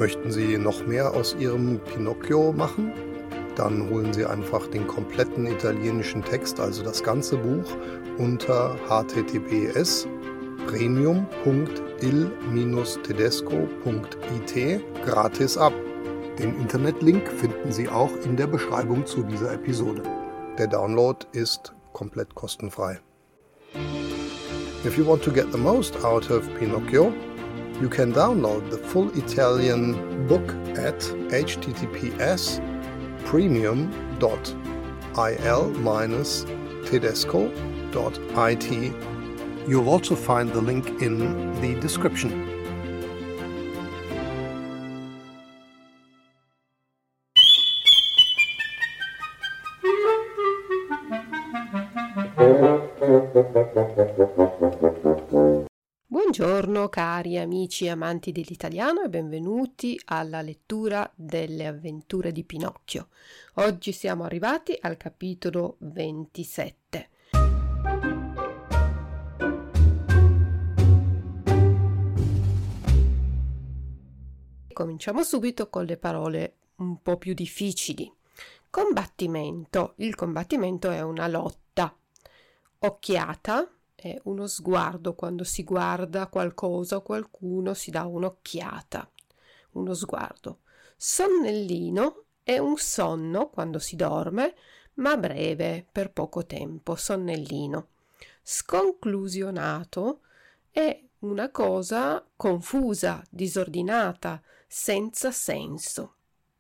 Möchten Sie noch mehr aus Ihrem Pinocchio machen? Dann holen Sie einfach den kompletten italienischen Text, also das ganze Buch, unter https://premium.il-tedesco.it gratis ab. Den Internetlink finden Sie auch in der Beschreibung zu dieser Episode. Der Download ist komplett kostenfrei. If you want to get the most out of Pinocchio, you can download the full Italian book at https://premium.il-tedesco.it. You'll also find the link in the description. Buongiorno cari amici e amanti dell'italiano e benvenuti alla lettura delle avventure di Pinocchio. Oggi siamo arrivati al capitolo 27. Cominciamo subito con le parole un po' più difficili. Combattimento. Il combattimento è una lotta. Occhiata è uno sguardo, quando si guarda qualcosa o qualcuno si dà un'occhiata, uno sguardo. Sonnellino è un sonno quando si dorme, ma breve, per poco tempo, sonnellino. Sconclusionato è una cosa confusa, disordinata, senza senso.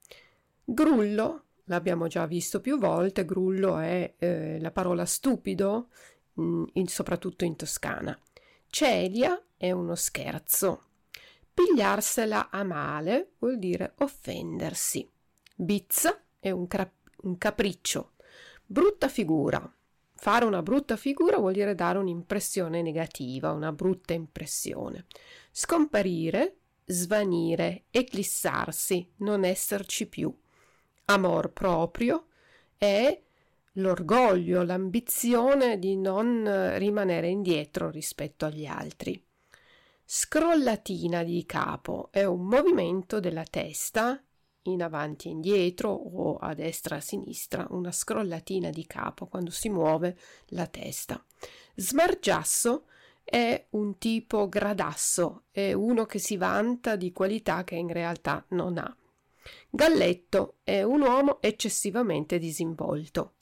Grullo, l'abbiamo già visto più volte, grullo è la parola stupido, soprattutto in Toscana. Celia è uno scherzo. Pigliarsela a male vuol dire offendersi. Bizza è un capriccio. Brutta figura. Fare una brutta figura vuol dire dare un'impressione negativa, una brutta impressione. Scomparire, svanire, eclissarsi, non esserci più. Amor proprio è l'orgoglio, l'ambizione di non rimanere indietro rispetto agli altri. Scrollatina di capo è un movimento della testa in avanti e indietro o a destra e a sinistra, una scrollatina di capo quando si muove la testa. Smargiasso è un tipo gradasso, è uno che si vanta di qualità che in realtà non ha. Galletto è un uomo eccessivamente disinvolto.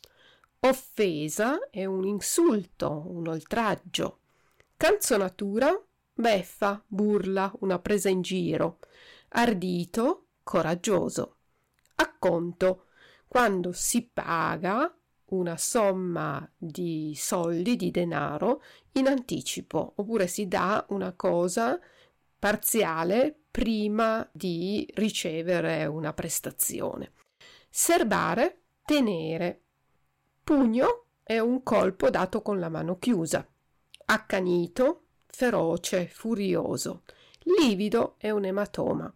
Offesa è un insulto, un oltraggio. Canzonatura, beffa, burla, una presa in giro. Ardito, coraggioso. Acconto, quando si paga una somma di soldi, di denaro, in anticipo, oppure si dà una cosa parziale prima di ricevere una prestazione. Serbare, tenere. Pugno è un colpo dato con la mano chiusa. Accanito, feroce, furioso. Livido è un ematoma.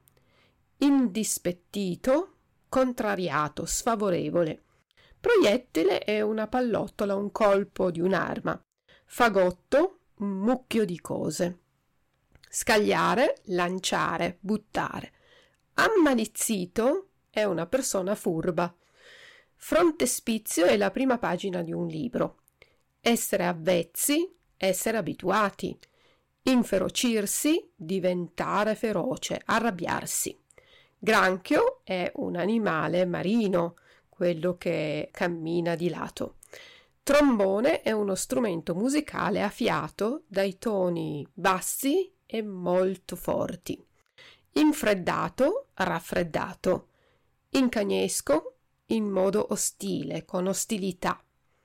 Indispettito, contrariato, sfavorevole. Proiettile è una pallottola, un colpo di un'arma. Fagotto, un mucchio di cose. Scagliare, lanciare, buttare. Ammalizzito è una persona furba. Frontespizio è la prima pagina di un libro. Essere avvezzi, essere abituati. Inferocirsi, diventare feroce, arrabbiarsi. Granchio è un animale marino, quello che cammina di lato. Trombone è uno strumento musicale a fiato dai toni bassi e molto forti. Infreddato, raffreddato. Incagnesco, in modo ostile, con ostilità.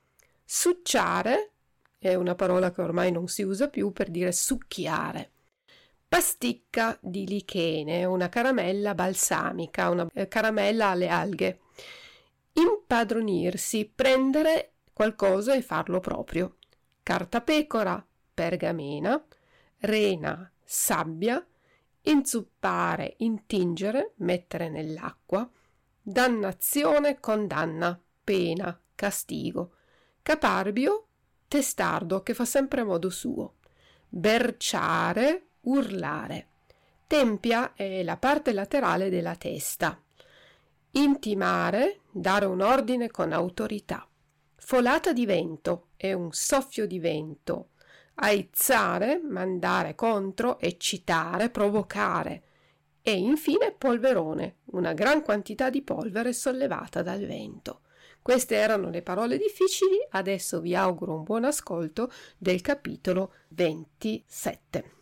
Succiare è una parola che ormai non si usa più per dire succhiare. Pasticca di lichene, una caramella balsamica, una caramella alle alghe. Impadronirsi, prendere qualcosa e farlo proprio. Cartapecora, pergamena. Rena, sabbia. Inzuppare, intingere, mettere nell'acqua. Dannazione, condanna, pena, castigo. Caparbio, testardo che fa sempre a modo suo. Berciare, urlare. Tempia è la parte laterale della testa. Intimare, dare un ordine con autorità. Folata di vento è un soffio di vento. Aizzare, mandare contro, eccitare, provocare. E infine polverone, una gran quantità di polvere sollevata dal vento. Queste erano le parole difficili, adesso vi auguro un buon ascolto del capitolo 27.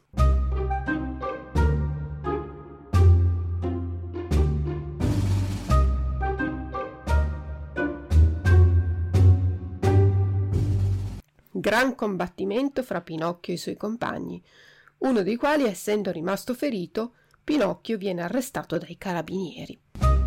Gran combattimento fra Pinocchio e i suoi compagni, uno dei quali, essendo rimasto ferito, Pinocchio viene arrestato dai carabinieri.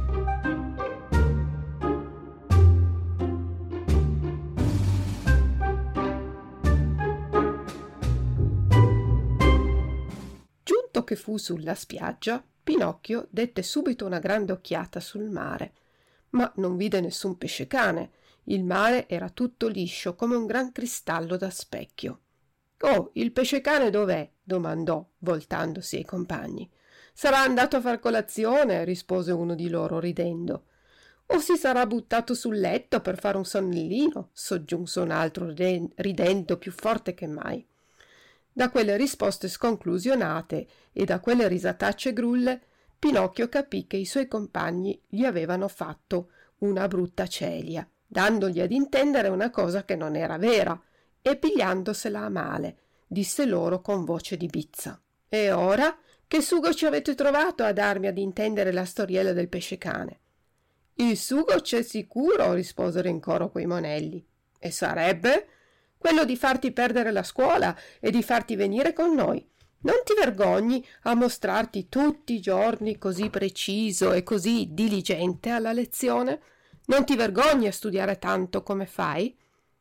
Giunto che fu sulla spiaggia, Pinocchio dette subito una grande occhiata sul mare, ma non vide nessun pescecane. Il mare era tutto liscio come un gran cristallo da specchio. «Oh, il pescecane dov'è?» domandò, voltandosi ai compagni. «Sarà andato a far colazione», rispose uno di loro ridendo. «O si sarà buttato sul letto per fare un sonnellino», soggiunse un altro ridendo più forte che mai. Da quelle risposte sconclusionate e da quelle risatacce grulle, Pinocchio capì che i suoi compagni gli avevano fatto una brutta celia, dandogli ad intendere una cosa che non era vera, e pigliandosela a male, disse loro con voce di bizza. «E ora? Che sugo ci avete trovato a darmi ad intendere la storiella del pescecane?» «Il sugo c'è sicuro», risposero in coro quei monelli. «E sarebbe?» «Quello di farti perdere la scuola e di farti venire con noi. Non ti vergogni a mostrarti tutti i giorni così preciso e così diligente alla lezione? Non ti vergogni a studiare tanto come fai?»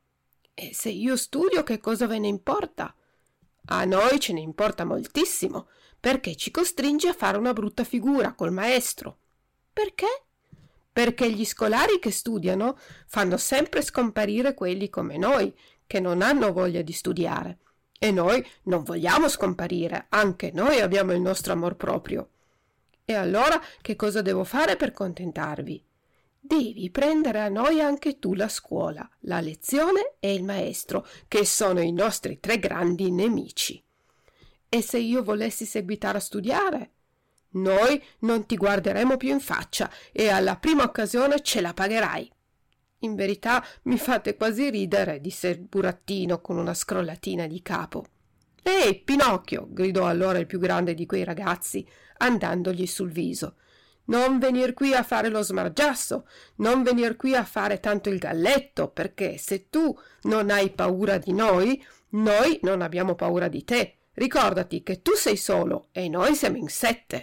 «E se io studio, che cosa ve ne importa?» «A noi ce ne importa moltissimo, perché ci costringe a fare una brutta figura col maestro». «Perché?» «Perché gli scolari che studiano fanno sempre scomparire quelli come noi, che non hanno voglia di studiare. E noi non vogliamo scomparire, anche noi abbiamo il nostro amor proprio». «E allora che cosa devo fare per contentarvi?» «Devi prendere a noi anche tu la scuola, la lezione e il maestro, che sono i nostri 3 grandi nemici». «E se io volessi seguitare a studiare?» «Noi non ti guarderemo più in faccia e alla prima occasione ce la pagherai». «In verità mi fate quasi ridere», disse il burattino con una scrollatina di capo. «Ehi, Pinocchio!» gridò allora il più grande di quei ragazzi, andandogli sul viso. «Non venir qui a fare lo smargiasso, non venir qui a fare tanto il galletto, perché se tu non hai paura di noi non abbiamo paura di te. Ricordati che tu sei solo e noi siamo in 7.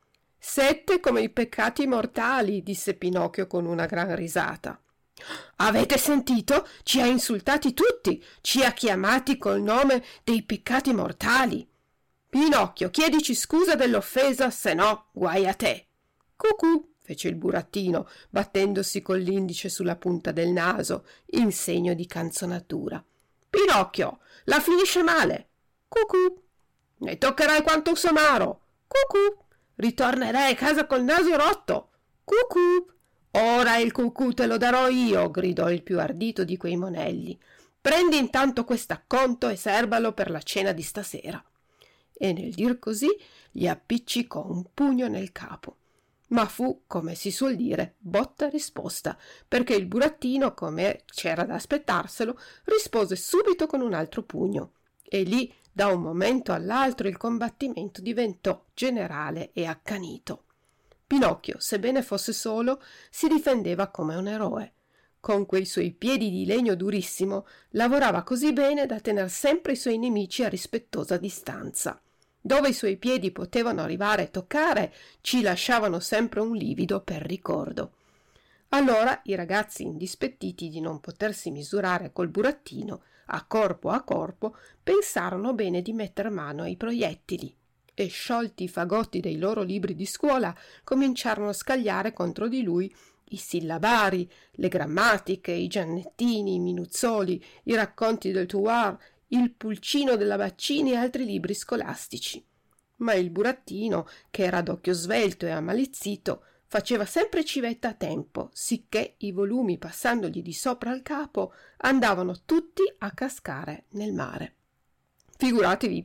7 come i peccati mortali», disse Pinocchio con una gran risata. «Avete sentito? Ci ha insultati tutti, ci ha chiamati col nome dei peccati mortali. Pinocchio, chiedici scusa dell'offesa, se no guai a te». «Cucù», fece il burattino, battendosi con l'indice sulla punta del naso, in segno di canzonatura. «Pinocchio, la finisce male». «Cucù». «Ne toccherai quanto somaro». «Cucù». «Ritornerai a casa col naso rotto». «Cucù». «Ora il cucù te lo darò io», gridò il più ardito di quei monelli. «Prendi intanto quest'acconto e serbalo per la cena di stasera». E nel dir così gli appiccicò un pugno nel capo. Ma fu, come si suol dire, botta risposta, perché il burattino, come c'era da aspettarselo, rispose subito con un altro pugno. E lì, da un momento all'altro, il combattimento diventò generale e accanito. Pinocchio, sebbene fosse solo, si difendeva come un eroe. Con quei suoi piedi di legno durissimo, lavorava così bene da tener sempre i suoi nemici a rispettosa distanza. Dove i suoi piedi potevano arrivare e toccare, ci lasciavano sempre un livido per ricordo. Allora i ragazzi, indispettiti di non potersi misurare col burattino, a corpo, pensarono bene di metter mano ai proiettili e, sciolti i fagotti dei loro libri di scuola, cominciarono a scagliare contro di lui i sillabari, le grammatiche, i giannettini, i minuzzoli, i racconti del Tuar, il pulcino della Baccini e altri libri scolastici. Ma il burattino, che era d'occhio svelto e ammalizzito, faceva sempre civetta a tempo, sicché i volumi, passandogli di sopra al capo, andavano tutti a cascare nel mare. Figuratevi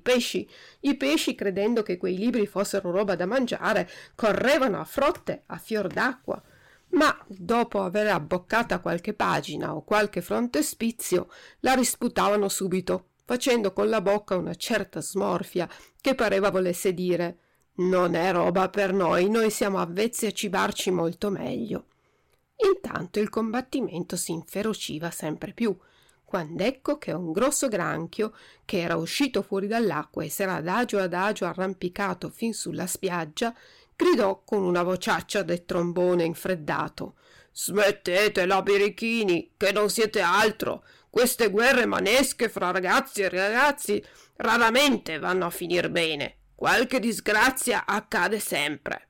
i pesci, credendo che quei libri fossero roba da mangiare, correvano a frotte a fior d'acqua, ma dopo aver abboccata qualche pagina o qualche frontespizio la risputavano subito, facendo con la bocca una certa smorfia che pareva volesse dire: non è roba per noi siamo avvezzi a cibarci molto meglio. Intanto il combattimento si inferociva sempre più, quand'ecco che un grosso granchio, che era uscito fuori dall'acqua e s'era adagio arrampicato fin sulla spiaggia, gridò con una vociaccia del trombone infreddato: «Smettetela, birichini, che non siete altro! Queste guerre manesche fra ragazzi e ragazzi raramente vanno a finir bene. Qualche disgrazia accade sempre».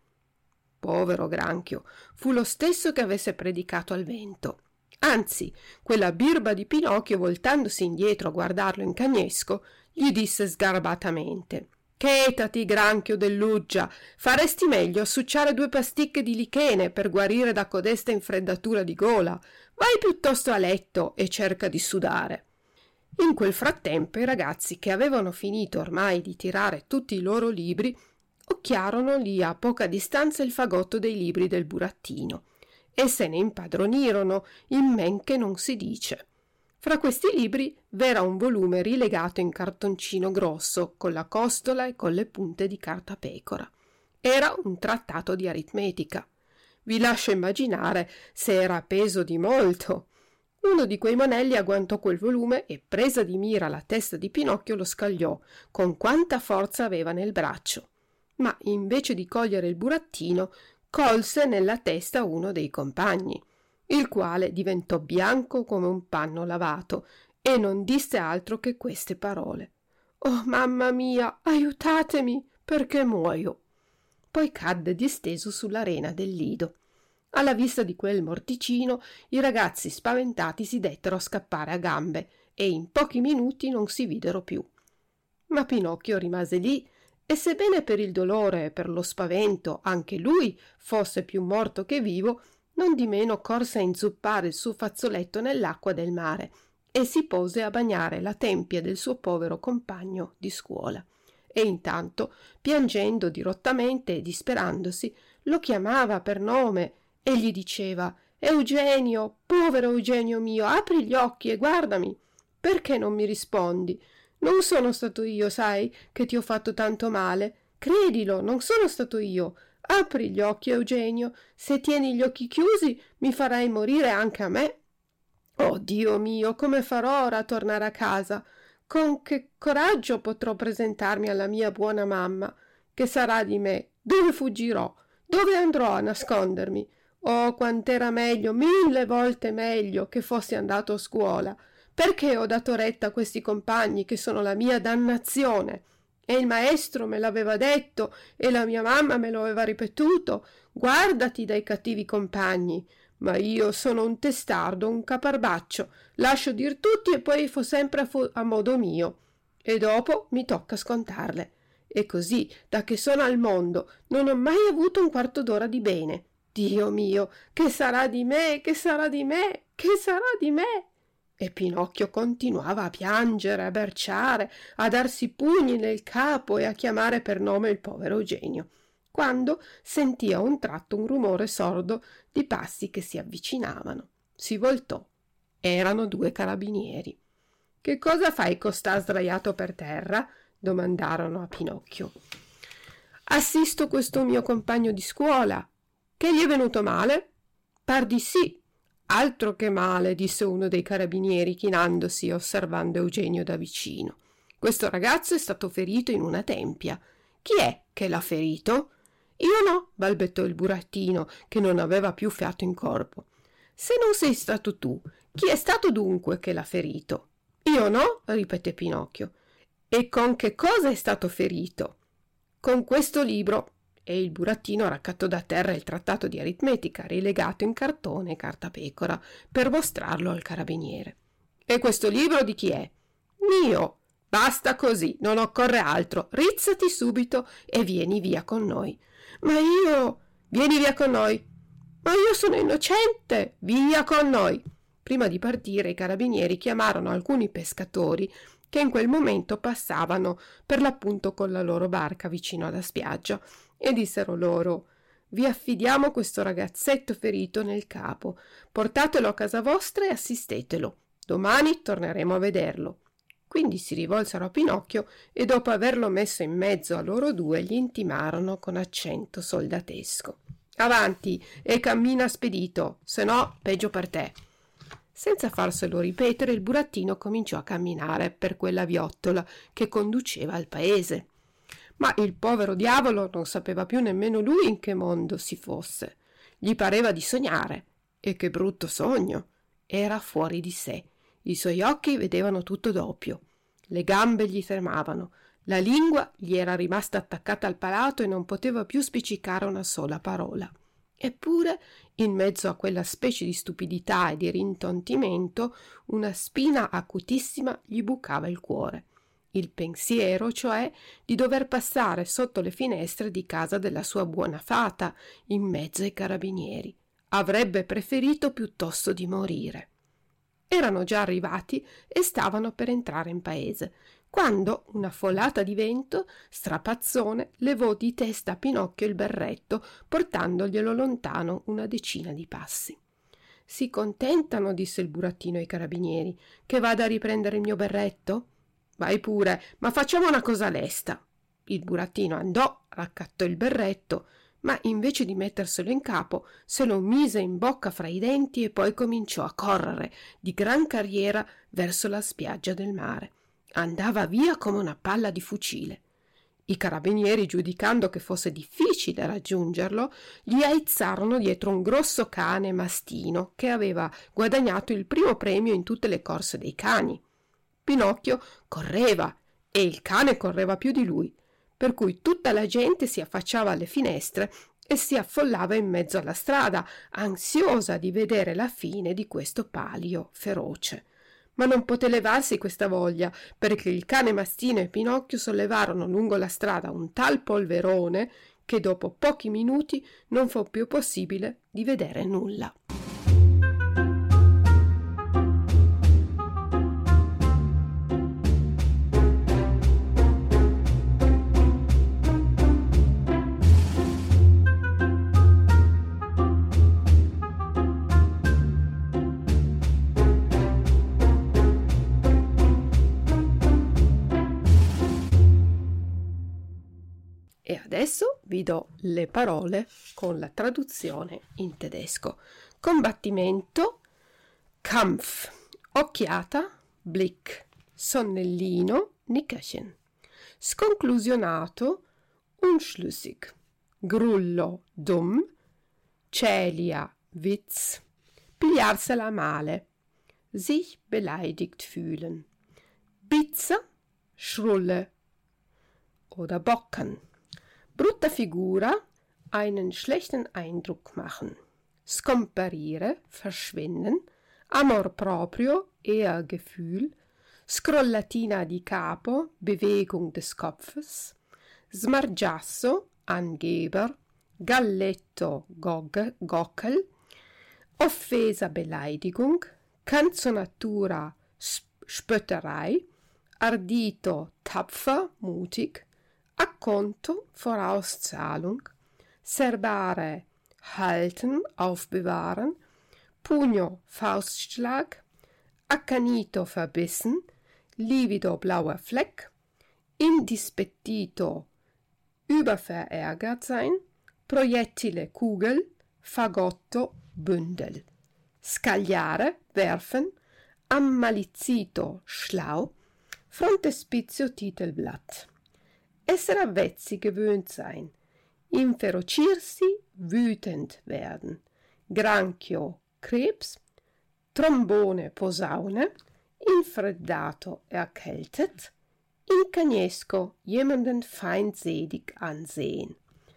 Povero granchio, fu lo stesso che avesse predicato al vento. Anzi, quella birba di Pinocchio, voltandosi indietro a guardarlo in cagnesco, gli disse sgarbatamente: «Chetati, granchio dell'uggia, faresti meglio a succiare 2 pasticche di lichene per guarire da codesta infreddatura di gola. Vai piuttosto a letto e cerca di sudare». In quel frattempo i ragazzi, che avevano finito ormai di tirare tutti i loro libri, occhiarono lì a poca distanza il fagotto dei libri del burattino e se ne impadronirono in men che non si dice. Fra questi libri v'era un volume rilegato in cartoncino grosso, con la costola e con le punte di cartapecora. Era un trattato di aritmetica. Vi lascio immaginare se era peso di molto. Uno di quei monelli agguantò quel volume e, presa di mira la testa di Pinocchio, lo scagliò con quanta forza aveva nel braccio. Ma invece di cogliere il burattino, colse nella testa uno dei compagni, il quale diventò bianco come un panno lavato e non disse altro che queste parole: «Oh, mamma mia, aiutatemi, perché muoio!» Poi cadde disteso sull'arena del lido. Alla vista di quel morticino i ragazzi spaventati si dettero a scappare a gambe e in pochi minuti non si videro più. Ma Pinocchio rimase lì e, sebbene per il dolore e per lo spavento anche lui fosse più morto che vivo, nondimeno corse a inzuppare il suo fazzoletto nell'acqua del mare e si pose a bagnare la tempia del suo povero compagno di scuola. E intanto, piangendo dirottamente e disperandosi, lo chiamava per nome e gli diceva: «Eugenio, povero Eugenio mio, apri gli occhi e guardami. Perché non mi rispondi? Non sono stato io, sai, che ti ho fatto tanto male. Credilo, non sono stato io. Apri gli occhi, Eugenio. Se tieni gli occhi chiusi, mi farai morire anche a me. Oh, Dio mio, come farò ora a tornare a casa? Con che coraggio potrò presentarmi alla mia buona mamma? Che sarà di me? Dove fuggirò? Dove andrò a nascondermi? Oh, quant'era meglio, 1000 volte meglio, che fossi andato a scuola. Perché ho dato retta a questi compagni che sono la mia dannazione? E il maestro me l'aveva detto e la mia mamma me lo aveva ripetuto: guardati dai cattivi compagni. Ma io sono un testardo, un caparbaccio, lascio dir tutti e poi fo sempre a modo mio. E dopo mi tocca scontarle. E così, da che sono al mondo, non ho mai avuto un quarto d'ora di bene. Dio mio, che sarà di me, che sarà di me, che sarà di me?» E Pinocchio continuava a piangere, a berciare, a darsi pugni nel capo e a chiamare per nome il povero Eugenio, quando sentì a un tratto un rumore sordo di passi che si avvicinavano. Si voltò. Erano 2 carabinieri. «Che cosa fai costà sdraiato per terra?» domandarono a Pinocchio. «Assisto questo mio compagno di scuola. Che gli è venuto male?» «Par di sì». «Altro che male», disse uno dei carabinieri chinandosi e osservando Eugenio da vicino. «Questo ragazzo è stato ferito in una tempia. Chi è che l'ha ferito?» «Io no», balbettò il burattino, che non aveva più fiato in corpo. «Se non sei stato tu, chi è stato dunque che l'ha ferito?» «Io no», ripeté Pinocchio. «E con che cosa è stato ferito?» «Con questo libro». E il burattino raccattò da terra il trattato di aritmetica rilegato in cartone e cartapecora per mostrarlo al carabiniere. «E questo libro di chi è?» «Mio». Basta così, non occorre altro. Rizzati subito e vieni via con noi. Ma io... Vieni via con noi. Ma io sono innocente. Via con noi. Prima di partire i carabinieri chiamarono alcuni pescatori che in quel momento passavano per l'appunto con la loro barca vicino alla spiaggia e dissero loro: vi affidiamo questo ragazzetto ferito nel capo, portatelo a casa vostra e assistetelo. Domani torneremo a vederlo. Quindi si rivolsero a Pinocchio e dopo averlo messo in mezzo a loro due gli intimarono con accento soldatesco: avanti e cammina spedito, se no peggio per te. Senza farselo ripetere, il burattino cominciò a camminare per quella viottola che conduceva al paese. Ma il povero diavolo non sapeva più nemmeno lui in che mondo si fosse. Gli pareva di sognare. E che brutto sogno! Era fuori di sé. I suoi occhi vedevano tutto doppio. Le gambe gli tremavano. La lingua gli era rimasta attaccata al palato e non poteva più spiccicare una sola parola. Eppure, in mezzo a quella specie di stupidità e di rintontimento, una spina acutissima gli bucava il cuore. Il pensiero, cioè, di dover passare sotto le finestre di casa della sua buona fata, in mezzo ai carabinieri. Avrebbe preferito piuttosto di morire. Erano già arrivati e stavano per entrare in paese, quando una folata di vento strapazzone levò di testa a Pinocchio il berretto, portandoglielo lontano una decina di passi. Si contentano, disse il burattino ai carabinieri, che vada a riprendere il mio berretto? Vai pure, ma facciamo una cosa lesta. Il burattino andò, raccattò il berretto, ma invece di metterselo in capo se lo mise in bocca fra i denti e poi cominciò a correre di gran carriera verso la spiaggia del mare. Andava via come una palla di fucile. I carabinieri, giudicando che fosse difficile raggiungerlo, gli aizzarono dietro un grosso cane mastino che aveva guadagnato il primo premio in tutte le corse dei cani. Pinocchio correva e il cane correva più di lui, per cui tutta la gente si affacciava alle finestre e si affollava in mezzo alla strada, ansiosa di vedere la fine di questo palio feroce. Ma non poté levarsi questa voglia, perché il cane mastino e Pinocchio sollevarono lungo la strada un tal polverone che dopo pochi minuti non fu più possibile di vedere nulla. E adesso vi do le parole con la traduzione in tedesco. Combattimento, Kampf, occhiata, Blick, sonnellino, Nickerchen, sconclusionato, unschlüssig, grullo, dumm, celia, Witz, pigliarsela male, sich beleidigt fühlen, Pizza, Schrulle oder Bocken. Brutta figura, einen schlechten Eindruck machen. Scomparire, verschwinden. Amor proprio, Ehrgefühl. Scrollatina di capo, Bewegung des Kopfes. Smargiasso, Angeber. Galletto, Gockel. Offesa, Beleidigung. Canzonatura, Spötterei. Ardito, tapfer, mutig. Acconto, Vorauszahlung, serbare, halten, aufbewahren, pugno, Faustschlag, accanito, verbissen, livido, blauer Fleck, indispettito, überverärgert sein, proiettile, Kugel, fagotto, Bündel, scagliare, werfen, ammalizzito, schlau, frontespizio, Titelblatt. Essere avvezzi, gewöhnt sein, inferocirsi, wütend werden, Granchio, Krebs, Trombone, Posaune, infreddato, erkältet, incagnesco, jemanden feindselig ansehen,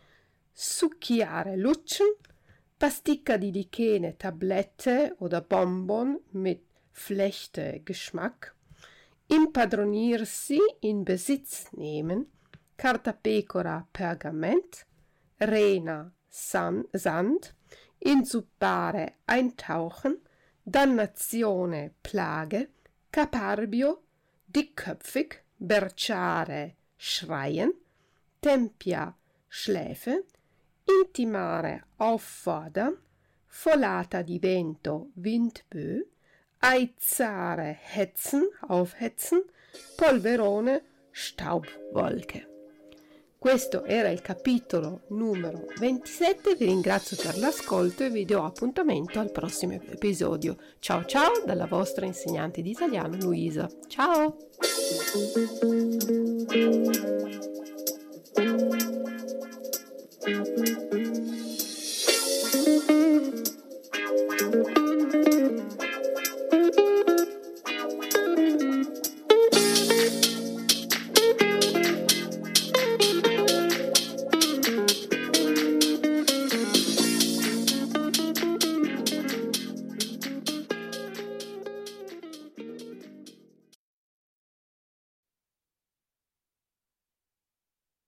succhiare, lutschen, Pasticca di Lichene, Tablette oder Bonbon mit Flechte-Geschmack, impadronirsi, in Besitz nehmen, Cartapecora, Pergament, Rena, Sand, inzuppare, eintauchen, Dannazione, Plage, Caparbio, dickköpfig, berciare, schreien, Tempia, Schläfe, intimare, auffordern, folata di vento, Windböe, aizzare, hetzen, aufhetzen, polverone, Staubwolke. Questo era il capitolo numero 27, vi ringrazio per l'ascolto e vi do appuntamento al prossimo episodio. Ciao ciao dalla vostra insegnante di italiano Luisa. Ciao!